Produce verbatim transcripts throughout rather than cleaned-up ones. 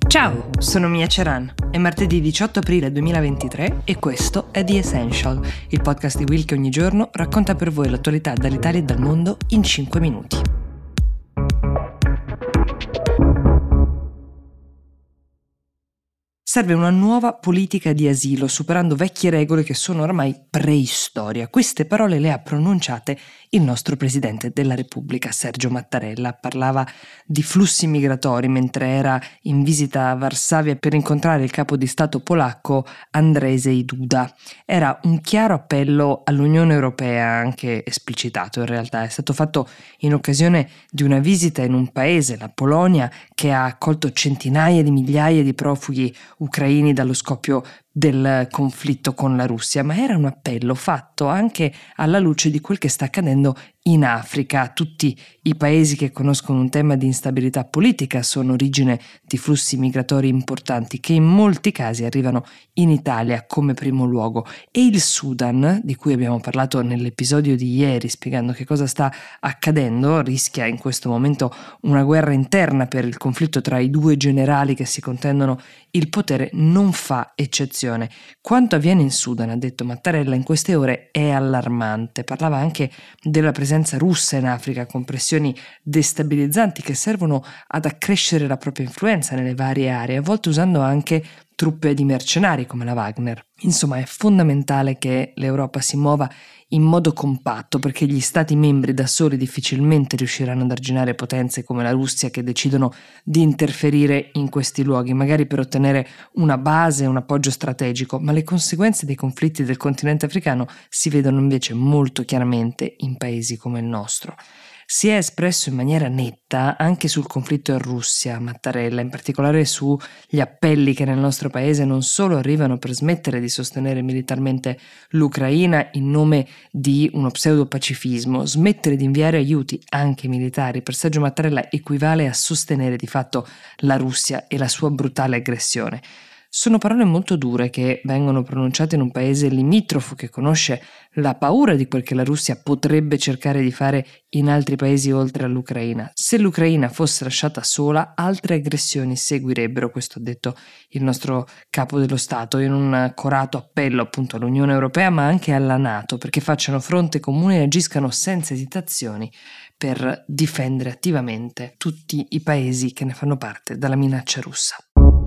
Ciao, sono Mia Ceran. È martedì diciotto aprile duemilaventitré e questo è The Essential, il podcast di Will che ogni giorno racconta per voi l'attualità dall'Italia e dal mondo in cinque minuti. Serve una nuova politica di asilo, superando vecchie regole che sono ormai preistoria. Queste parole le ha pronunciate il nostro Presidente della Repubblica, Sergio Mattarella. Parlava di flussi migratori mentre era in visita a Varsavia per incontrare il capo di Stato polacco Andrzej Duda. Era un chiaro appello all'Unione Europea, anche esplicitato in realtà. È stato fatto in occasione di una visita in un paese, la Polonia, che ha accolto centinaia di migliaia di profughi ucraini dallo scoppio del conflitto con la Russia, ma era un appello fatto anche alla luce di quel che sta accadendo in Africa. Tutti i paesi che conoscono un tema di instabilità politica sono origine di flussi migratori importanti che in molti casi arrivano in Italia come primo luogo. E il Sudan, di cui abbiamo parlato nell'episodio di ieri spiegando che cosa sta accadendo, rischia in questo momento una guerra interna per il conflitto tra i due generali che si contendono il potere, non fa eccezione. Quanto avviene in Sudan, ha detto Mattarella, in queste ore è allarmante. Parlava anche della presenza russa in Africa con pressioni destabilizzanti che servono ad accrescere la propria influenza nelle varie aree, a volte usando anche truppe di mercenari come la Wagner. Insomma, è fondamentale che l'Europa si muova in modo compatto perché gli Stati membri da soli difficilmente riusciranno ad arginare potenze come la Russia che decidono di interferire in questi luoghi, magari per ottenere una base, un appoggio strategico, ma le conseguenze dei conflitti del continente africano si vedono invece molto chiaramente in paesi come il nostro. Si è espresso in maniera netta anche sul conflitto in Russia, Mattarella, in particolare sugli appelli che nel nostro paese non solo arrivano per smettere di sostenere militarmente l'Ucraina in nome di uno pseudo-pacifismo, smettere di inviare aiuti anche militari. Per Sergio Mattarella equivale a sostenere di fatto la Russia e la sua brutale aggressione. Sono parole molto dure che vengono pronunciate in un paese limitrofo che conosce la paura di quel che la Russia potrebbe cercare di fare in altri paesi oltre all'Ucraina. Se l'Ucraina fosse lasciata sola, altre aggressioni seguirebbero, questo ha detto il nostro capo dello Stato, in un accorato appello appunto all'Unione Europea ma anche alla NATO perché facciano fronte comune e agiscano senza esitazioni per difendere attivamente tutti i paesi che ne fanno parte dalla minaccia russa.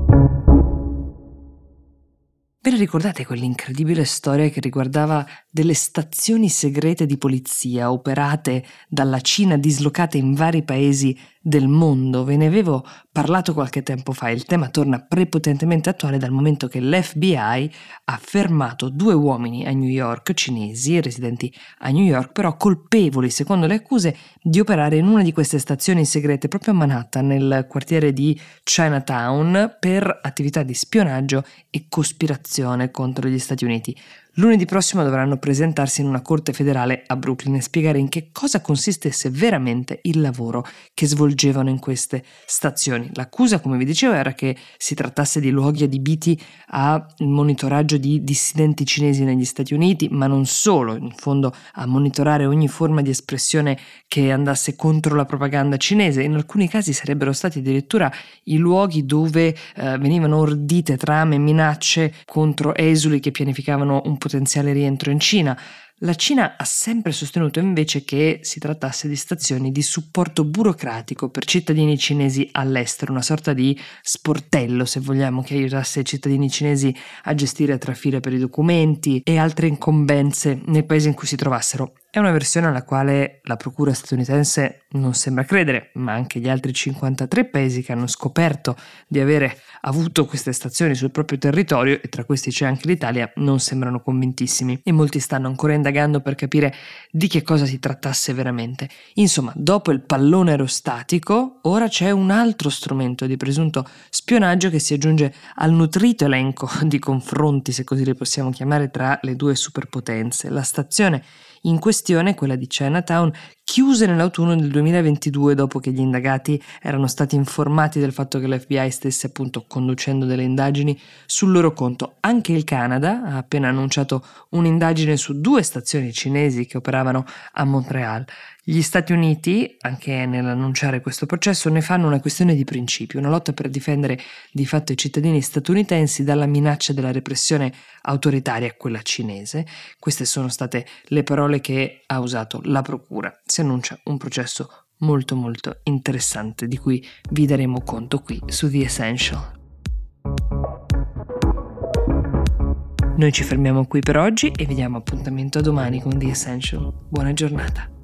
Ve la ricordate quell'incredibile storia che riguardava delle stazioni segrete di polizia operate dalla Cina dislocate in vari paesi del mondo? Ve ne avevo parlato qualche tempo fa. Il tema torna prepotentemente attuale dal momento che l'F B I ha fermato due uomini a New York, cinesi, residenti a New York, però colpevoli, secondo le accuse, di operare in una di queste stazioni segrete proprio a Manhattan, nel quartiere di Chinatown, per attività di spionaggio e cospirazione contro gli Stati Uniti. Lunedì prossimo dovranno presentarsi in una corte federale a Brooklyn e spiegare in che cosa consistesse veramente il lavoro che svolgevano in queste stazioni. L'accusa, come vi dicevo, era che si trattasse di luoghi adibiti al monitoraggio di dissidenti cinesi negli Stati Uniti, ma non solo, in fondo a monitorare ogni forma di espressione che andasse contro la propaganda cinese. In alcuni casi sarebbero stati addirittura i luoghi dove eh, venivano ordite trame e minacce contro esuli che pianificavano un potenziale rientro in Cina. La Cina ha sempre sostenuto invece che si trattasse di stazioni di supporto burocratico per cittadini cinesi all'estero, una sorta di sportello, se vogliamo, che aiutasse i cittadini cinesi a gestire trafile per i documenti e altre incombenze nei paesi in cui si trovassero. È una versione alla quale la procura statunitense non sembra credere, ma anche gli altri cinquantatré paesi che hanno scoperto di avere avuto queste stazioni sul proprio territorio, e tra questi c'è anche l'Italia, non sembrano convintissimi e molti stanno ancora indagando per capire di che cosa si trattasse veramente. Insomma, dopo il pallone aerostatico, ora c'è un altro strumento di presunto spionaggio che si aggiunge al nutrito elenco di confronti, se così li possiamo chiamare, tra le due superpotenze. La stazione in questione, quella di Chinatown, chiuse nell'autunno del duemilaventidue dopo che gli indagati erano stati informati del fatto che l'F B I stesse appunto conducendo delle indagini sul loro conto. Anche il Canada ha appena annunciato un'indagine su due stazioni cinesi che operavano a Montreal. Gli Stati Uniti, anche nell'annunciare questo processo, ne fanno una questione di principio, una lotta per difendere di fatto i cittadini statunitensi dalla minaccia della repressione autoritaria, quella cinese. Queste sono state le parole che ha usato la procura. Si annuncia un processo molto molto interessante di cui vi daremo conto qui su The Essential. Noi ci fermiamo qui per oggi e vi diamo appuntamento a domani con The Essential. Buona giornata.